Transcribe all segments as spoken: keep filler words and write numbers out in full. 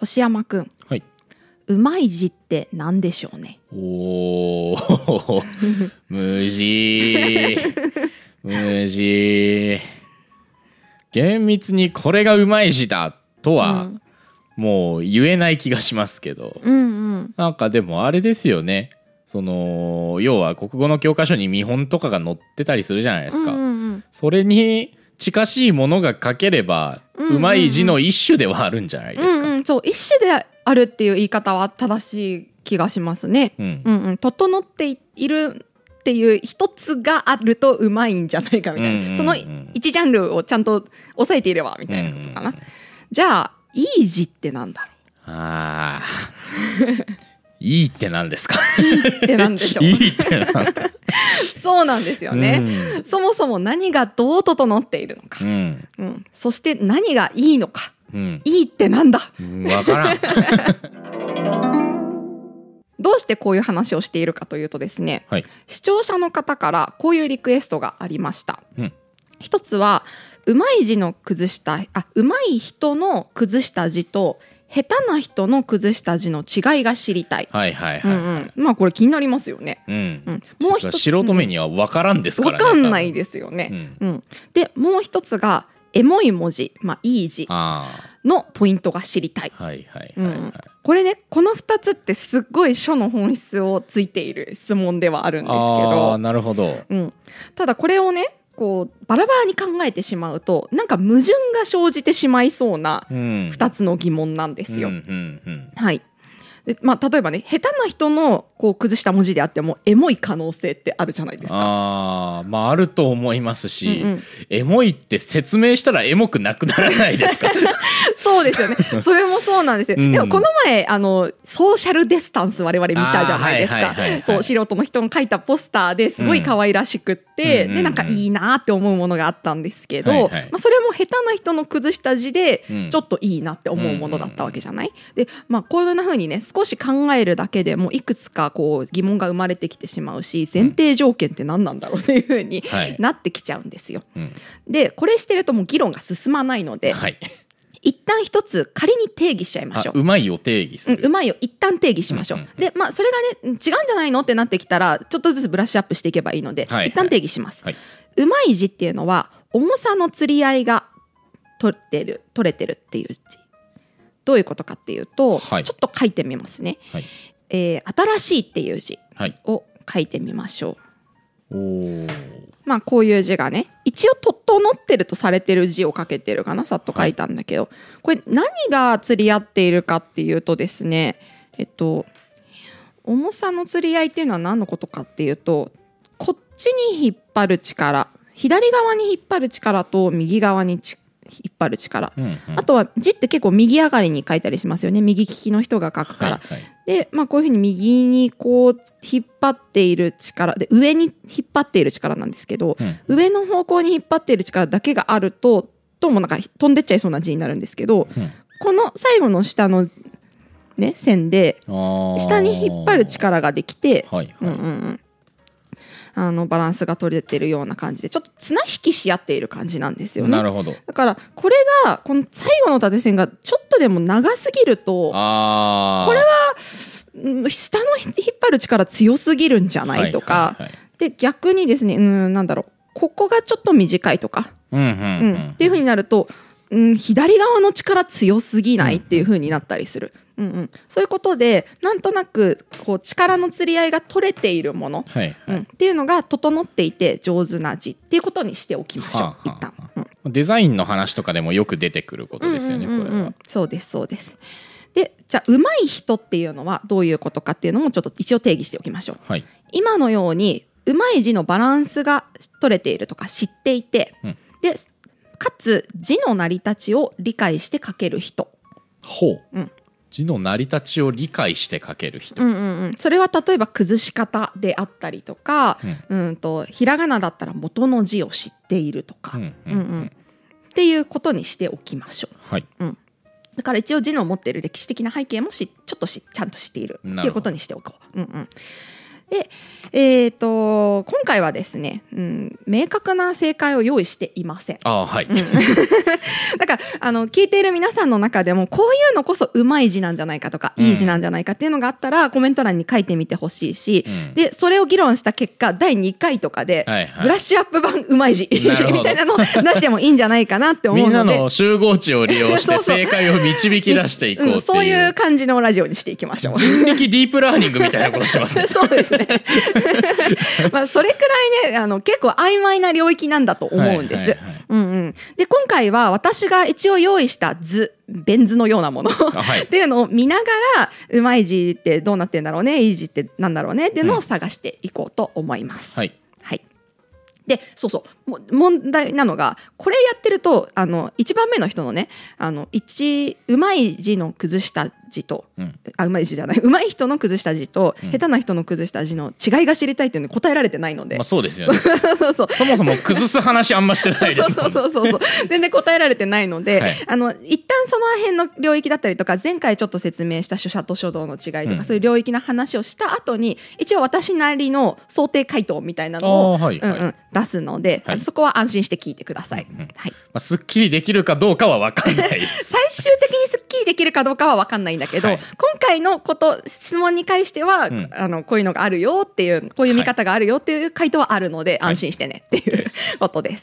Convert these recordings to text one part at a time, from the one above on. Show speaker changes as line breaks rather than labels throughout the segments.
越山くん、
はい、
うまい字って何でしょうね。
おー無事無事厳密にこれがうまい字だとは、うん、もう言えない気がしますけど、
うんうん、
なんかでもあれですよね、その要は国語の教科書に見本とかが載ってたりするじゃないですか、
うんうんうん、
それに近しいものが書ければ、うんうんうん、うまい字の一種ではあるんじゃないですか、
うんうん、そう一種であるっていう言い方は正しい気がしますね、
うん
うんうん、整っているっていう一つがあるとうまいんじゃないかみたいな、うんうんうん、その一ジャンルをちゃんと抑えていればみたいなことかな、うんうんうん、じゃあいい字ってなんだろう。
あいいってなんですか
いいってなんでしょう
いいってなんだ
そうなんですよね、うん、そもそも何がどう整っているのか、
うん
うん、そして何がいいのか、
うん、
いいってなんだ、
うん、分からん
どうしてこういう話をしているかというとですね、
はい、
視聴者の方からこういうリクエストがありました、
うん、
一つはうまい字の崩したあうまい人の崩した字と下手な人の崩した字の違いが知りたい。
はいはいはい、はい、うんうん、
まあこれ気になりますよね。
うんうん、もう一つ素人目には分からんですからね。
分かんないですよね。うんうん、でもう一つがエモい文字、まあいい字のポイントが知りたい。
はいはいはい、はい、うん、
これねこのふたつってすっごい書の本質をついている質問ではあるんですけど。
あ、なるほど。
うん、ただこれをね。こうバラバラに考えてしまうとなんか矛盾が生じてしまいそうなふたつの疑問なんですよ。はいでまあ、例えばね下手な人のこう崩した文字であってもエモい可能性ってあるじゃないですか。
あ、まあ、あると思いますし、
うんうん、
エモいって説明したらエモくなくならないですか
そうですよねそれもそうなんですよ、うん、でもこの前あのソーシャルディスタンス我々見たじゃないですか。そう素人の人の書いたポスターですごい可愛らしくって、うん、でなんかいいなって思うものがあったんですけど、はいはい、まあ、それも下手な人の崩した字でちょっといいなって思うものだったわけじゃない、うんうん、で、まあ、こういう風にね少し考えるだけでもいくつかこう疑問が生まれてきてしまうし前提条件って何なんだろうっていう風になってきちゃうんですよ、はい、うん、でこれしてるともう議論が進まないので、はい、一旦一つ仮に定義しちゃいましょう。
うまいを定義する、
うん、うまいを一旦定義しましょう、うんうんうん、でまあそれがね違うんじゃないのってなってきたらちょっとずつブラッシュアップしていけばいいので、はいはい、一旦定義します、はい、うまい字っていうのは重さの釣り合いが取ってる取れてるっていう字。どういうことかっていうと、はい、ちょっと書いてみますね、はい、えー、新しいっていう字を書いてみましょう、はい、おまあこういう字がね一応整ってるとされてる字を書けてるかなさっと書いたんだけど、はい、これ何が釣り合っているかっていうとですねえっと重さの釣り合いっていうのは何のことかっていうとこっちに引っ張る力左側に引っ張る力と右側にち引っ張る力、うんうん、あとは字って結構右上がりに書いたりしますよね。右利きの人が書くから、はいはい、で、まあ、こういうふうに右にこう引っ張っている力で上に引っ張っている力なんですけど、うん、上の方向に引っ張っている力だけがあるとどうもなんか飛んでっちゃいそうな字になるんですけど、うん、この最後の下の、ね、線で下に引っ張る力ができて、はいはい、うんうんうん、あのバランスが取れてるような感じでちょっと綱引きし合っている感じなんですよね。
なるほど。
だからこれがこの最後の縦線がちょっとでも長すぎると
あ
これは下の引っ張る力強すぎるんじゃないとか、はいはいはい、で逆にですね、うん、なんだろうここがちょっと短いとか、うんうんうんうん、っていう風になると、うん、左側の力強すぎないっていう風になったりする、うんうん、そういうことでなんとなくこう力の釣り合いが取れているもの、はいはい、うん、っていうのが整っていて上手な字っていうことにしておきましょう、はあはあ、一旦、
うん、デザインの話とかでもよく出てくることですよね、うんうんうんうん、これは。
そうですそうです。でじゃあ上手い人っていうのはどういうことかっていうのもちょっと一応定義しておきましょう、はい、今のように上手い字のバランスが取れているとか知っていて、うん、でかつ字の成り立ちを理解して書ける人。
ほう、うん、字の成り立ちを理解して書ける人、
うんうんうん、それは例えば崩し方であったりとか、うん、うんとひらがなだったら元の字を知っているとか、うんうんうん、っていうことにしておきましょう、はい、うん、だから一応字の持っている歴史的な背景もしちょっとしちゃんと知っているっていうことにしておこう、うんうん、 でえー、と今回はですね、うん、明確な正解を用意していません。
あ、はい、うん、
だからあの聞いている皆さんの中でもこういうのこそうまい字なんじゃないかとか、うん、いい字なんじゃないかっていうのがあったらコメント欄に書いてみてほしいし、うん、でそれを議論した結果だいにかいとかで、はいはい、ブラッシュアップ版うまい字みたいなのを出してもいいんじゃないかなって思うので、
みんなの集合値を利用して正解を導き出していこうっていう、
そう、うん、そういう感じのラジオにしていきましょう。
人力ディープラーニングみたいなことしてますね。
そうですね。まあそれくらいねあの結構曖昧な領域なんだと思うんです。で今回は私が一応用意した図ベン図のようなものっていうのを見ながらうまい字ってどうなってんだろうね、いい字ってなんだろうねっていうのを探していこうと思います。
はい、
はい、でそうそうも問題なのがこれやってるとあのいちばんめの人のねあのいちうまい字の崩した字と、うん、あうまい字じゃないうまい人の崩した字と、うん、下手な人の崩した字の違いが知りたいっていうのに答えられてないので、
まあ、そうですよね。そうそうそもそも崩す話あんましてないですもんね。
そうそうそうそう全然答えられてないので、はい、あの一旦その辺の領域だったりとか前回ちょっと説明した書写と書道の違いとか、うん、そういう領域の話をした後に一応私なりの想定回答みたいなのを、はいはい、うんうん、出すので、はい、そこは安心して聞いてください。うんうん、はい、ま
あ、すっきりできるかどうかは分かんないです
最終的にすっきりできるかどうかは分かんないんだけど、はい、今回のこと質問に関しては、うん、あのこういうのがあるよっていうこういう見方があるよっていう回答はあるので、はい、安心してねっていう、はい、ことです。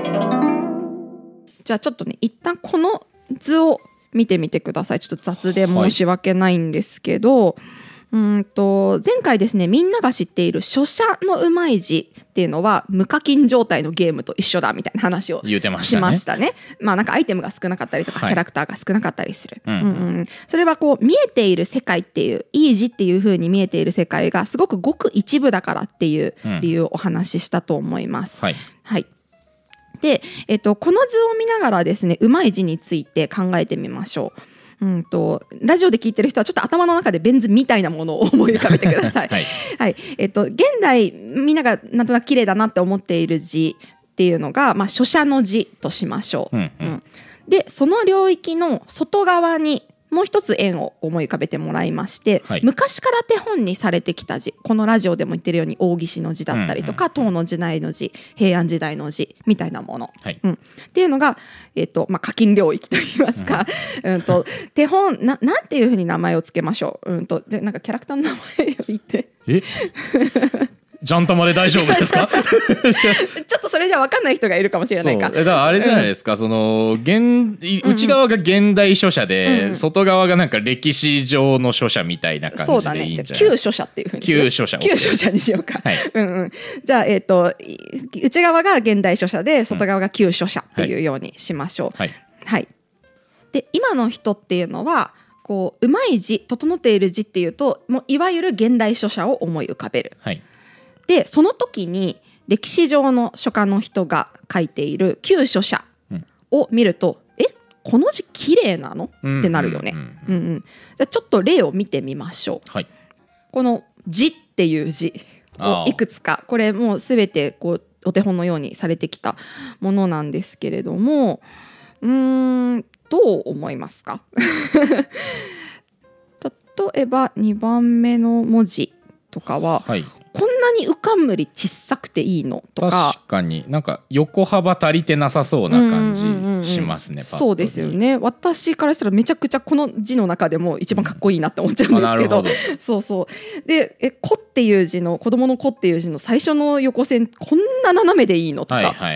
じゃあちょっとね一旦この図を見てみてください。ちょっと雑で申し訳ないんですけど、はい、うんと前回ですねみんなが知っている書写のうまい字っていうのは無課金状態のゲームと一緒だみたいな話を
言うてましたね。
しましたね。まあなんかアイテムが少なかったりとか、はい、キャラクターが少なかったりする、うんうんうん、それはこう見えている世界っていういい字っていう風に見えている世界がすごくごく一部だからっていう理由をお話ししたと思います。うん、はい、はいでえっと、この図を見ながらですねうまい字について考えてみましょう。うんとラジオで聞いてる人はちょっと頭の中でベン図みたいなものを思い浮かべてください。はいはいえっと、現代みんながなんとなく綺麗だなって思っている字っていうのが、まあ、書写の字としましょう。うんうんうん、でその領域の外側にもう一つ円を思い浮かべてもらいまして、はい、昔から手本にされてきた字このラジオでも言ってるように大岸の字だったりとか、うんうん、唐の時代の字平安時代の字みたいなもの、はいうん、っていうのが、えーとまあ、課金領域といいますか、うんうん、と手本 な, なんていうふうに名前をつけましょう、うん、とでなんかキャラクターの名前を言って
えジャンタマで大丈夫ですか？ちょ
っとそれじゃ分かんない人がいるかもしれないか。
だからあれじゃないですか、うん、その現内側が現代書写で、うん、外側がなんか歴史上の書写みたいな感じでいいんじゃないですか。
そうだね。旧書写っていうふうに
旧書写
旧書写にしようか。はいうんうん、じゃあ、えーと、内側が現代書写で外側が旧書写っていうようにしましょう。はいはい、で今の人っていうのはこううまい字整っている字っていうともういわゆる現代書写を思い浮かべる。はいでその時に歴史上の書家の人が書いている旧書写を見ると、うん、えこの字綺麗なのってなるよね。じゃあちょっと例を見てみましょう。はい、この字っていう字をいくつかこれもうすべてこうお手本のようにされてきたものなんですけれどもうーんどう思いますか？例えばにばんめの文字とかは、はいこんなにうかんむり小さくていいのとか
確かになんか横幅足りてなさそうな感じしますね、うんうんうんうん、
そうですよね。私からしたらめちゃくちゃこの字の中でも一番かっこいいなって思っちゃうんですけど、うん、そうそうでえ子っていう字の子供の子っていう字の最初の横線こんな斜めでいいのとか、はいはいはい、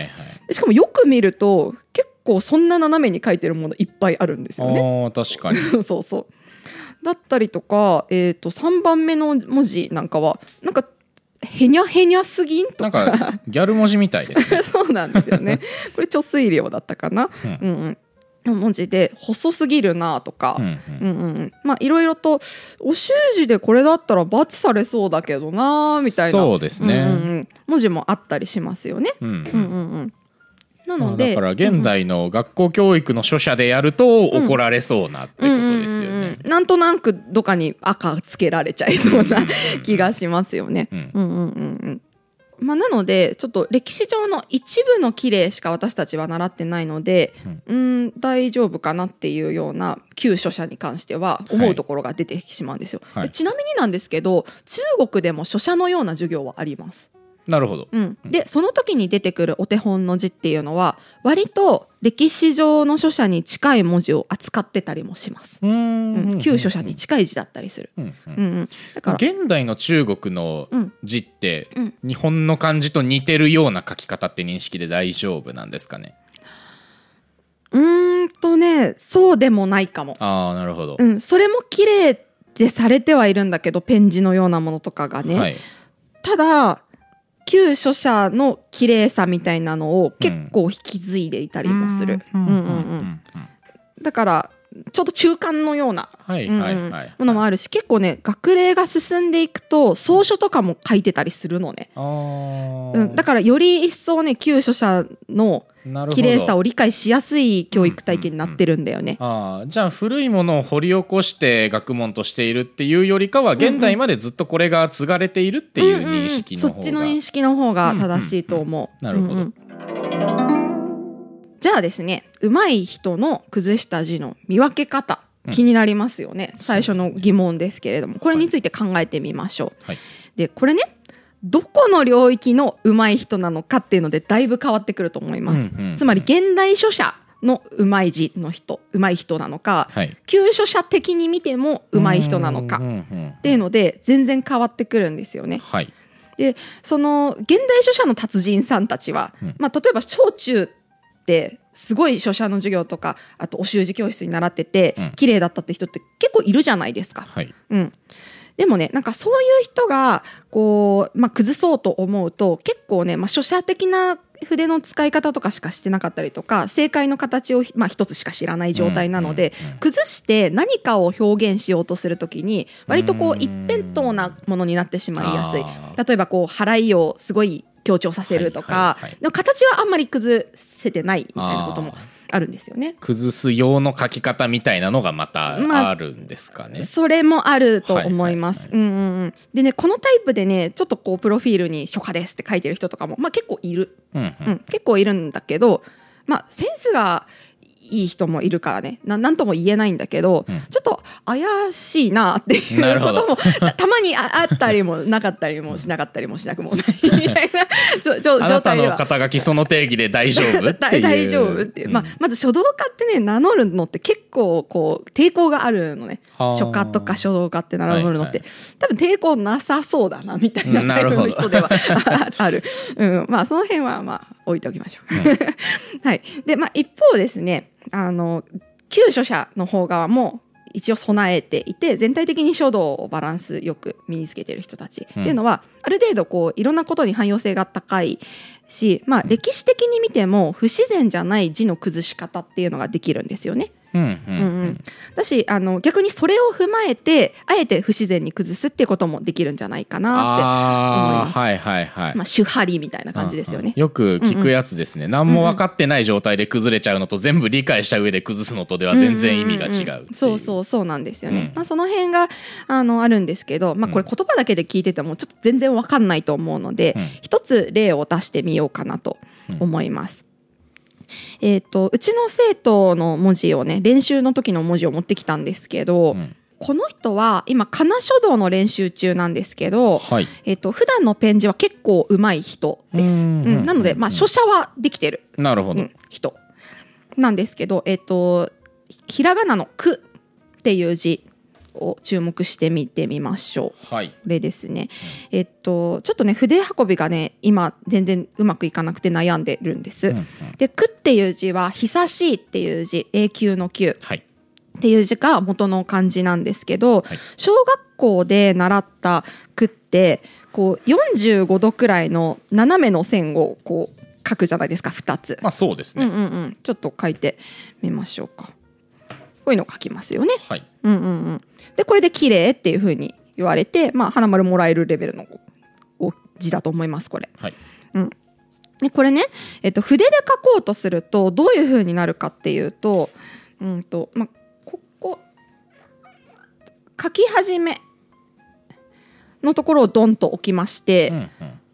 しかもよく見ると結構そんな斜めに書いてるものいっぱいあるんですよね。
あ確かに
そうそうだったりとか、えーと、さんばんめの文字なんかはなんかへにゃへにゃすぎんとか
なんかギャル文字みたいですね
そうなんですよね。これ貯水量だったかな、うんうんうん、文字で細すぎるなとか、うんうんうんうん、まあいろいろとお習字でこれだったら罰されそうだけどなみたいな
そうですね、うんうんうん、
文字もあったりしますよね、うんうんうんうんなので
だから現代の学校教育の書写でやると怒られそうなってことですよね。
なんとなくどっかに赤つけられちゃいそうな気がしますよね。うんうんうんうんまあ、なのでちょっと歴史上の一部の綺麗しか私たちは習ってないので、うん、うん大丈夫かなっていうような旧書写に関しては思うところが出てしまうんですよ、はい、ちなみになんですけど中国でも書写のような授業はあります。
なるほど、
うん、でその時に出てくるお手本の字っていうのは割と歴史上の書写に近い文字を扱ってたりもします。うん、旧書写に近い字だったりする、うんうんうん、
だから現代の中国の字って、うん、日本の漢字と似てるような書き方って認識で大丈夫なんですかね。
うーんとねそうでもないかも。
あーなるほど、
うん、それも綺麗でされてはいるんだけどペン字のようなものとかがね、はい、ただ旧書写の綺麗さみたいなのを結構引き継いでいたりもする。だからちょっと中間のようなものもあるし、結構ね学齢が進んでいくと草書とかも書いてたりするのね、うん、だからより一層ね旧書写の綺麗さを理解しやすい教育体系になってるんだよね、
うんうんうん、あじゃあ古いものを掘り起こして学問としているっていうよりかは現代までずっとこれが継がれているっていう認識の方が、
うんうんうん、そっちの認識の方が正しいと思う、
うんうんうん、なるほど、
うんうんじゃあですね上手い人の崩した字の見分け方、うん、気になりますよね。最初の疑問ですけれども、これについて考えてみましょう、はい、でこれねどこの領域の上手い人なのかっていうのでだいぶ変わってくると思います、うんうんうん、つまり現代書写の上手い字の人上手い人なのか、はい、旧書写的に見ても上手い人なのかっていうので全然変わってくるんですよね、はいでその現代書写の達人さんたちは、うんまあ、例えば小中ですごい書写の授業とかあとお習字教室に習ってて、うん、綺麗だったって人って結構いるじゃないですか、はいうん、でもねなんかそういう人がこう、まあ、崩そうと思うと結構ね、まあ、書写的な筆の使い方とかしかしてなかったりとか正解の形を、まあ、一つしか知らない状態なので、うんうんうん、崩して何かを表現しようとするときに割とこう一辺倒なものになってしまいやすい。例えばこう払いをすごい強調させるとか、はいはいはい、でも形はあんまり崩せてないみたいなこともあるんですよね。
崩す用の書き方みたいなのがまたあるんですかね、
まあ、それもあると思います、はいはいはいうんうんうん、でねこのタイプでねちょっとこうプロフィールに書家ですって書いてる人とかも、まあ、結構いる、うんうんうん、結構いるんだけど、まあ、センスがいい人もいるからね な, なんとも言えないんだけど、うん、ちょっと怪しいなっていうことも た, たまに あ, あったりもなかったりもしなかったりもしなくもないみたいな状態では
あなたの肩書きその定義で大丈夫っていう
大丈夫っていう、うんまあ、まず書道家ってね名乗るのって結構こう抵抗があるのね。書家とか書道家って名乗るのって、はいはい、多分抵抗なさそうだなみたいなタイプの人ではある、うん、まあその辺はまあ置いておきましょう、うんはいでまあ、一方ですねあの旧書写の方側も一応備えていて全体的に書道をバランスよく身につけている人たちっていうのは、うん、ある程度こういろんなことに汎用性が高いし、まあ、歴史的に見ても不自然じゃない字の崩し方っていうのができるんですよね。うんうんうんうん、だしあの逆にそれを踏まえてあえて不自然に崩すっていうこともできるんじゃないかなって思います。はいはいはいまあ、手張りみたいな感じですよね、
うんうん、よく聞くやつですね、うんうん、何も分かってない状態で崩れちゃうのと全部理解した上で崩すのとでは全然意味が違うっていう、うんうんうん、
そうそうそうなんですよね、うんまあ、その辺が あのあるんですけど、まあ、これ言葉だけで聞いててもちょっと全然分かんないと思うので、うん、一つ例を出してみようかなと思います、うんえーと、うちの生徒の文字をね練習の時の文字を持ってきたんですけど、うん、この人は今仮名書道の練習中なんですけど、はいえーと、普段のペン字は結構上手い人です、うんうん、なので、まあ、書写はできてる
なるほど、
うん、人なんですけど、えーと、ひらがなのくっていう字を注目してみてみましょう。はい、これですね、うん、えっとちょっとね筆運びがね今全然うまくいかなくて悩んでるんです、うんうん、でくっていう字は久しいっていう字永久の久っていう字が元の漢字なんですけど、はい、小学校で習ったくってこうよんじゅうごどくらいの斜めの線をこう書くじゃないですかふたつ。
まあそうですね、
うんうんうん、ちょっと書いてみましょうか。こういうの書きますよね、はいうんうんうん、でこれで綺麗っていう風に言われて、まあ、花丸もらえるレベルの字だと思いますこれ、はいうん、でこれね、えっと、筆で書こうとするとどういう風になるかっていうと、うんとまあ、ここ書き始めのところをドンと置きまして、うんうんうん、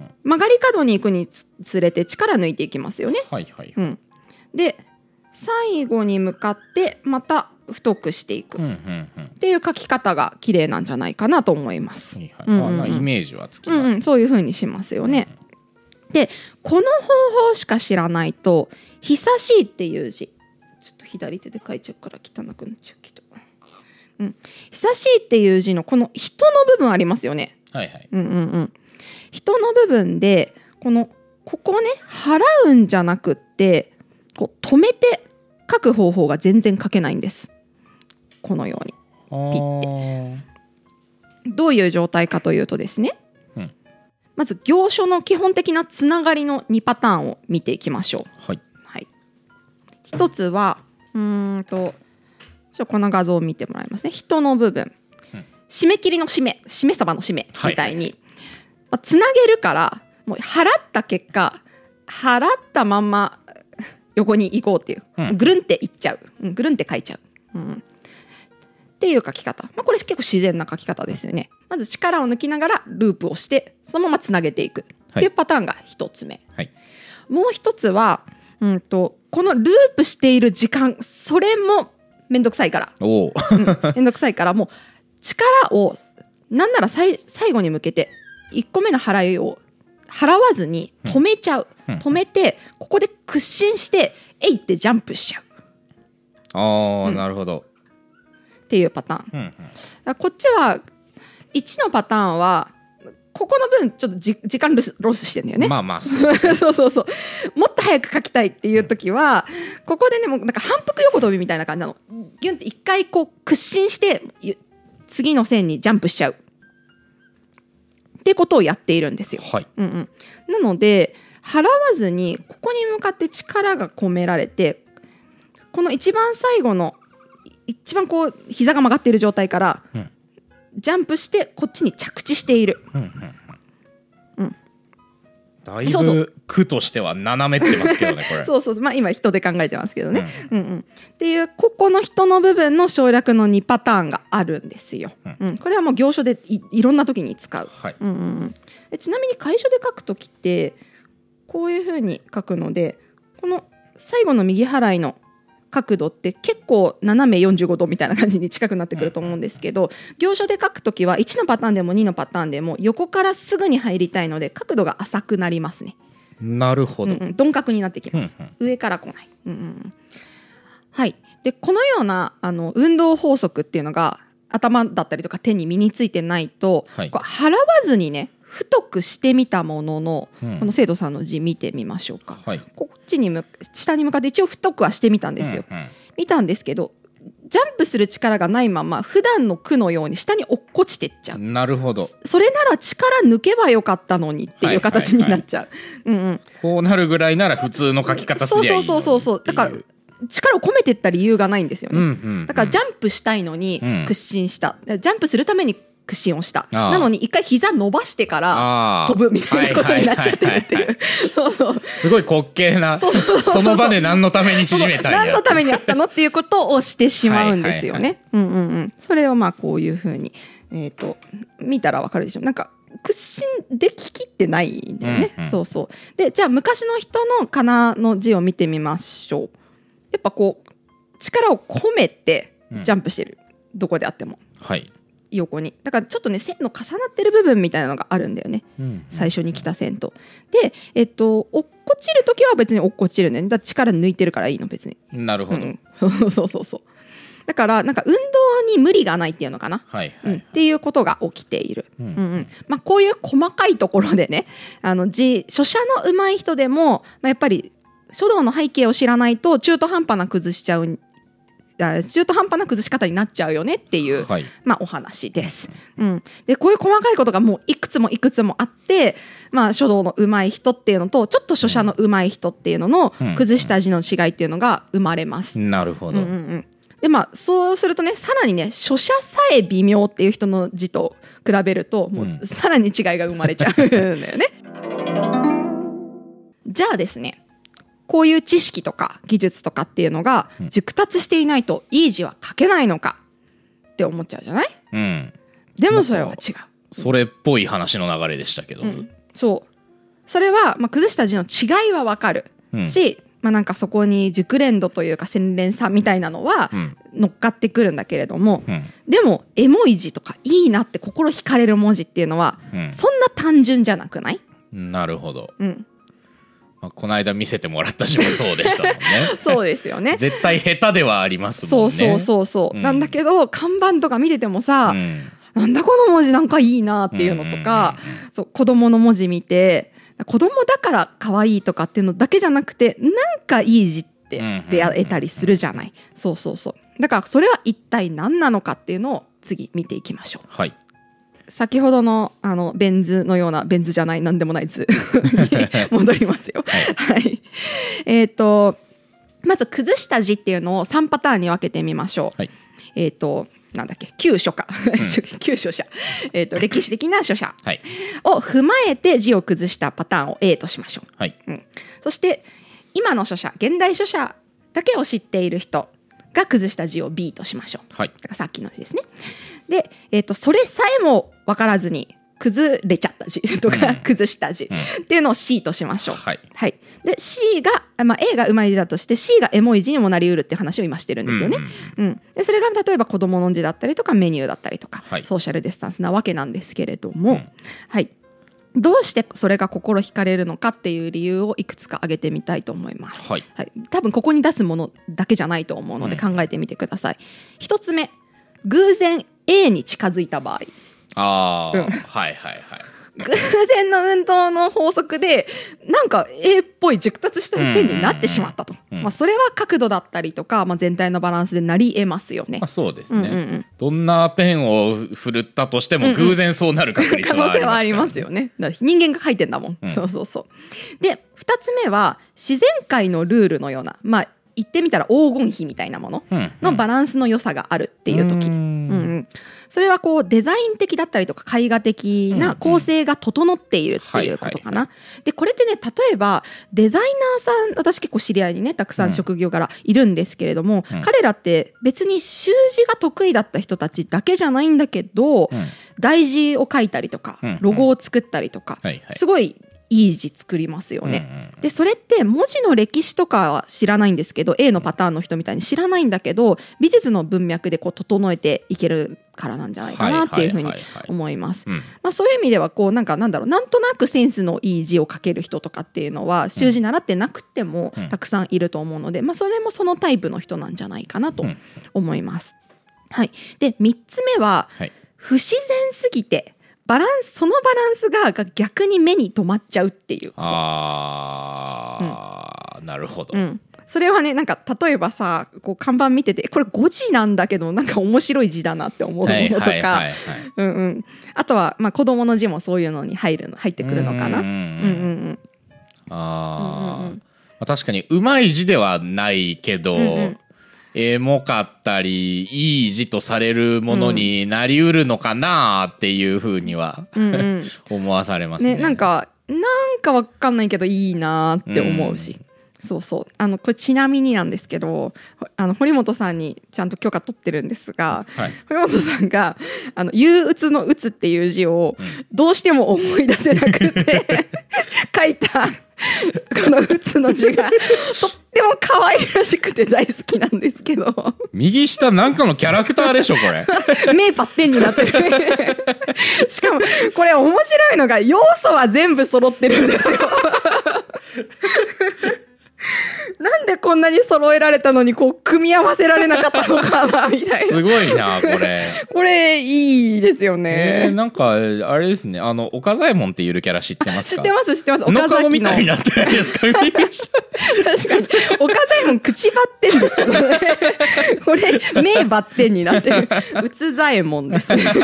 曲がり角に行くにつれて力抜いていきますよね。
はいはい、
うん、で最後に向かってまた太くしていくっていう書き方が綺麗なんじゃないかなと思います。
はいはい、うんうん、イメージはつきます、ね、
うんうん、そういう風にしますよね。うん、でこの方法しか知らないと久しいっていう字、ちょっと左手で書いちゃうから汚くなっちゃうけど、うん、久しいっていう字のこの人の部分ありますよね。
はいはい、
うんうんうん、人の部分でこのここね払うんじゃなくってこう止めて書く方法が全然書けないんです。このようにピッてどういう状態かというとですね、うん、まず行書の基本的なつながりのにパターンを見ていきましょう。
はい、
はい、一つはうーんとこの画像を見てもらいますね。人の部分、うん、締め切りの締め締め鯖の締めみたいに、はい、まあ、つなげるからもう払った結果払ったまんま横に行こうっていう、うん、ぐるんっていっちゃう、うん、ぐるんって書いちゃう、うん、っていう書き方、まあ、これ結構自然な書き方ですよね。まず力を抜きながらループをしてそのままつなげていくっていうパターンが一つ目、はい、もう一つは、うんと、このループしている時間、それもめんどくさいから、お、うん、めんどくさいからもう力をなんなら最後に向けていっこめの払いを払わずに止めちゃう、うん、止めてここで屈伸してえいってジャンプしちゃう。
あー、うん、なるほど
っていうパターン、うんうん、だこっちはいちのパターンはここの分ちょっとじ時間ロス、ロスしてんだよね。
まあまあそう、
そうそうそう、もっと早く書きたいっていう時はここでねもうなんか反復横跳びみたいな感じなの。ギュンって一回こう屈伸して次の線にジャンプしちゃうってことをやっているんですよ。はい、うんうん、なので払わずにここに向かって力が込められてこの一番最後の一番こう膝が曲がっている状態から、うん、ジャンプしてこっちに着地している、うんうんうん、
だいぶ句としては斜めってますけどねこれ。
そうそう、まあ、今人で考えてますけどね、うんうんうん、っていうここの人の部分の省略のにパターンがあるんですよ、うんうん、これはもう行書で い, いろんな時に使う、はい、うんうん、でちなみに楷書で書く時ってこういう風に書くのでこの最後の右払いの角度って結構斜めよんじゅうごどみたいな感じに近くなってくると思うんですけど、行書で書くときはいちのパターンでもにのパターンでも横からすぐに入りたいので角度が浅くなりますね。
なるほど、
うんうん、鈍角になってきます、うんうん、上から来ない、うんうん、はい。でこのようなあの運動法則っていうのが頭だったりとか手に身についてないと、はい、こう払わずにね太くしてみたものの、うん、この生徒さんの字見てみましょうか、はい、こっちにむ下に向かって一応太くはしてみたんですよ、うんうん、見たんですけどジャンプする力がないまま普段の句のように下に落っこちてっちゃう。
なるほど。
それなら力抜けばよかったのにっていう形になっちゃう、うんうん、
こうなるぐらいなら普通の書き方すりゃいいのに。
そうそうそうそう、だから力を込めてった理由がないんですよね、うんうんうん、だからジャンプしたいのに屈伸した、うん、ジャンプするために屈伸をした。なのに一回膝伸ばしてから飛ぶみたいなことになっちゃってるっていう。
すごい滑稽な。そうそうそうそう、その場で何のために縮めたんや。
何のためにやったのっていうことをしてしまうんですよね。はいはいはい、うんうんうん。それをまあこういうふうにえっと見たらわかるでしょ。なんか屈伸でききってないんだよね。うんうん、そうそう。でじゃあ昔の人の仮名の字を見てみましょう。やっぱこう力を込めてジャンプしてる、うん、どこであっても。はい。横にだからちょっとね線の重なってる部分みたいなのがあるんだよね、うん、最初に来た線と。で、えっと、落っこちるときは別に落っこちるんだよね。だから力抜いてるからいいの別に。
なるほど、
うん、そうそうそうそう。だからなんか運動に無理がないっていうのかな、はいはいはい、うん、っていうことが起きている、うんうんうん、まあ、こういう細かいところでねあの字書写の上手い人でも、まあ、やっぱり書道の背景を知らないと中途半端な崩しちゃう中途半端な崩し方になっちゃうよねっていう、はい、まあ、お話です、うん、でこういう細かいことがもういくつもいくつもあって、まあ、書道の上手い人っていうのとちょっと書写の上手い人っていうのの崩した字の違いっていうのが生まれます、
うんうん、なるほど、うんうんうん、
でまあそうするとねさらにね書写さえ微妙っていう人の字と比べるともうさらに違いが生まれちゃうんだよね、うん、じゃあですねこういう知識とか技術とかっていうのが熟達していないといい字は書けないのかって思っちゃうじゃない、うん、でもそれは違う。
それっぽい話の流れでしたけど、うん、
そうそれは、まあ、崩した字の違いは分かるし、うんまあ、なんかそこに熟練度というか洗練さみたいなのは乗っかってくるんだけれども、うん、でもエモい字とかいいなって心惹かれる文字っていうのは、うん、そんな単純じゃなくない？
なるほど、うんまあ、この間見せてもらった字もそうでしたもんね
そうですよね
絶対下手ではありますもんね。
そうそうそうそう、うん、なんだけど看板とか見ててもさ、うん、なんだこの文字なんかいいなっていうのとか、うんうんうんうん、そう子供の文字見て子供だから可愛いとかっていうのだけじゃなくてなんかいい字って出会えたりするじゃない。そうそうそうだからそれは一体何なのかっていうのを次見ていきましょう。はい先ほど の, あのベン図のようなベン図じゃない何でもない図に戻りますよ。はい、はい、えっ、ー、とまず崩した字っていうのをさんパターンに分けてみましょう。はい、えっ、ー、となんだっけ旧書家旧書者、えー、と歴史的な書者を踏まえて字を崩したパターンを A としましょう。はいうん、そして今の書者現代書者だけを知っている人が崩した字を B としましょう。はい、だからさっきの字ですね。で、えー、とそれさえも分からずに崩れちゃった字とか、うん、崩した字っていうのを C としましょう。はいはい、で C が、まあ、A がうまい字だとして C がエモい字にもなりうるっていう話を今してるんですよね。うんうんうん、でそれが例えば子供の字だったりとかメニューだったりとか、はい、ソーシャルディスタンスなわけなんですけれども、うんはい、どうしてそれが心惹かれるのかっていう理由をいくつか挙げてみたいと思います。はいはい、多分ここに出すものだけじゃないと思うので考えてみてください。うん、一つ目偶然 A に近づいた場合。
あー、うん、はいはいはい
偶然の運動の法則でなんか A っぽい熟達した線になってしまったと、うんうんうんまあ、それは角度だったりとか、まあ、全体のバランスでなり得ますよね。
まあ、そうですね、うんうんうん、どんなペンを振るったとしても偶然そうなる確率はありますから、ね、可能性はありますよね。
だから人間が書いてんだもん、うん、そうそうそうでふたつめは自然界のルールのようなまあ言ってみたら黄金比みたいなもののバランスの良さがあるっていう時、うんうん、それはこうデザイン的だったりとか絵画的な構成が整っているっていうことかな。でこれってね例えばデザイナーさん私結構知り合いにねたくさん職業からいるんですけれども、うん、彼らって別に習字が得意だった人たちだけじゃないんだけど、うん、題字を書いたりとか、うん、ロゴを作ったりとか、うん、すごいいい字作りますよね、うんうん、でそれって文字の歴史とかは知らないんですけど A のパターンの人みたいに知らないんだけど美術の文脈でこう整えていけるからなんじゃないかなっていうふうに思います。そういう意味ではこうなんかなんだろうなんとなくセンスのいい字を書ける人とかっていうのは習字習ってなくてもたくさんいると思うので、まあ、それもそのタイプの人なんじゃないかなと思います。はい、でみっつめは不自然すぎてバランスそのバランスが逆に目に留まっちゃうっていうこと。
あー、うん、なるほど、
うん、それはねなんか例えばさこう看板見ててこれごじなんだけどなんか面白い字だなって思うものとかあとはまあ子供の字もそういうのに入るの入ってくるのかな。うんうんうん
あ、うんうんうん、確かにうまい字ではないけど、うんうんエモかったりいい字とされるものになりうるのかなっていうふうには、うんうん、思わされますね。
ねなんかなんかわかんないけどいいなって思うし、うん、そうそうあのこれちなみになんですけどあの堀本さんにちゃんと許可取ってるんですが、はい、堀本さんがあの憂鬱の鬱っていう字をどうしても思い出せなくて書いたこの鬱の字がとっても可愛らしくて大好きなんですけど
右下なんかのキャラクターでしょこれ
目パッテンになってるしかもこれ面白いのが要素は全部揃ってるんですよなんでこんなに揃えられたのにこう組み合わせられなかったのかなみたいな
すごいなこれ
これいいですよね、
えー、なんかあれですねあの岡左衛門っていうキャラ知ってますか？
知ってます知ってます
岡崎の顔みたいになってないですか確かに
岡左衛門口バッテンですけどねこれ目バッテンになってるうつ左衛門ですね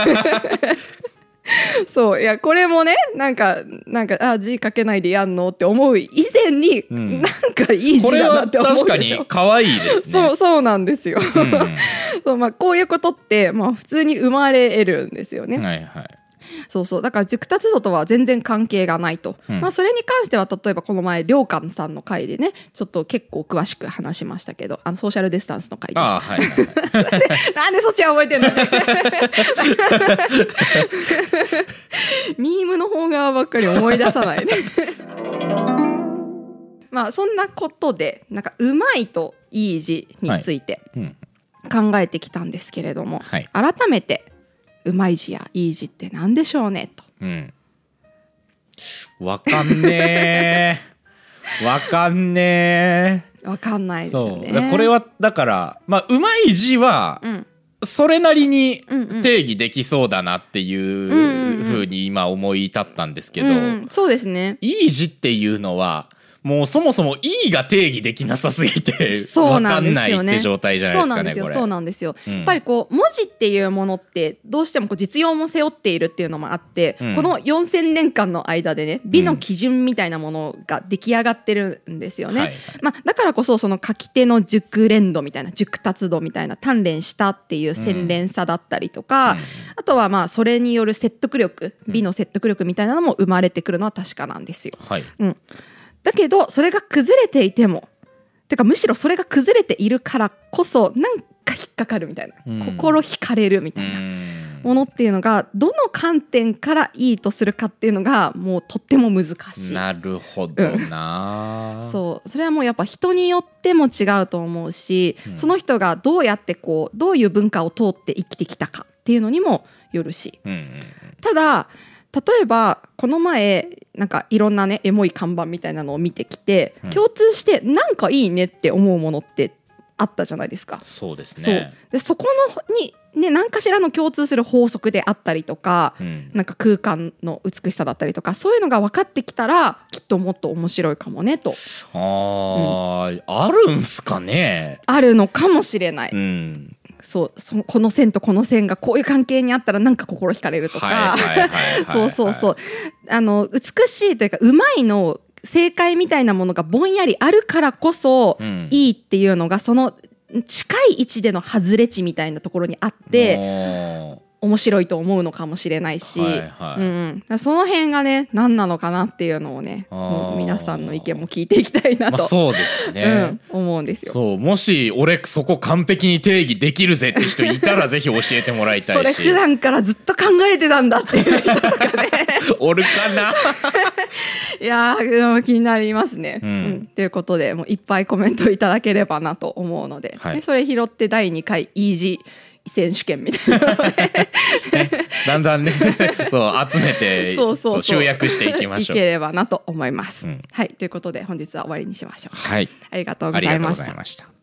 そういやこれもねなんかなんかあ字書けないでやんのって思う以前に、うん、なんかいい字だなって思うでしょ。
これは確かに可愛いですね
そうそうなんですよ、うんそうまあ、こういうことって、まあ、普通に生まれるんですよね。はいはいそうそうだから熟達度とは全然関係がないと、うんまあ、それに関しては例えばこの前良寛さんの回でねちょっと結構詳しく話しましたけどあのソーシャルディスタンスの回です。あ、はいはい、なんでそっちは覚えてんのミームの方側ばっかり思い出さないねまあそんなことでなんかうまいといい字について考えてきたんですけれども、はい、改めてうまい字やいい字って何でしょうねと、うん、
わかんねーわかんね
ーわかんないですよね。
そうこれはだからまあうまい字は、うんそれなりに定義できそうだなっていうふうに今思い立ったんですけど、うんうん、
そうですね。
いい字っていうのはもうそもそもいいが定義できなさすぎて分かんないって状態じゃないですかね。
そうなんですよ。やっぱりこう文字っていうものってどうしてもこう実用も背負っているっていうのもあって、うん、このよんせんねんかんの間でね美の基準みたいなものが出来上がってるんですよね。うんはいはいまあ、だからこそその書き手の熟練度みたいな熟達度みたいな鍛錬したっていう洗練さだったりとか、うん、あとはまあそれによる説得力美の説得力みたいなのも生まれてくるのは確かなんですよ。はいうんだけどそれが崩れていてもてかむしろそれが崩れているからこそなんか引っかかるみたいな、うん、心惹かれるみたいなものっていうのがどの観点からいいとするかっていうのがもうとっても難しい。
なるほどな、
うん、そうそれはもうやっぱ人によっても違うと思うし、うん、その人がどうやってこうどういう文化を通って生きてきたかっていうのにもよるし、うんうんうん、ただ例えばこの前なんかいろんなねエモい看板みたいなのを見てきて、うん、共通してなんかいいねって思うものってあったじゃないですか。
そうですね。
そうでそこのにね何かしらの共通する法則であったりとか、うん、なんか空間の美しさだったりとかそういうのが分かってきたらきっともっと面白いかもねと。
あ、うん、あるんすかね。
あるのかもしれない。
うん
そうそこの線とこの線がこういう関係にあったらなんか心惹かれるとかそうそうそうあの美しいというかうまいの正解みたいなものがぼんやりあるからこそ、うん、いいっていうのがその近い位置での外れ値みたいなところにあって面白いと思うのかもしれないし、はいはいうんうん、その辺がね何なのかなっていうのをねもう皆さんの意見も聞いていきたいなと、
まあ、そうですね、
うん、思うんですよ。
そうもし俺そこ完璧に定義できるぜって人いたらぜひ教えてもらいたいし
それ普段からずっと考えてたんだっていう人とかね
おるか
ないやー気になりますね、うんうん、ということでもういっぱいコメントいただければなと思うので、はい、でそれ拾ってだいにかいイージー選手権みたいなので
だんだんねそう集めてそうそうそう集約していきましょう。
いければなと思います、うん、はいということで本日は終わりにしましょう。
はい、
ありがとうございました。
ありがとうございました。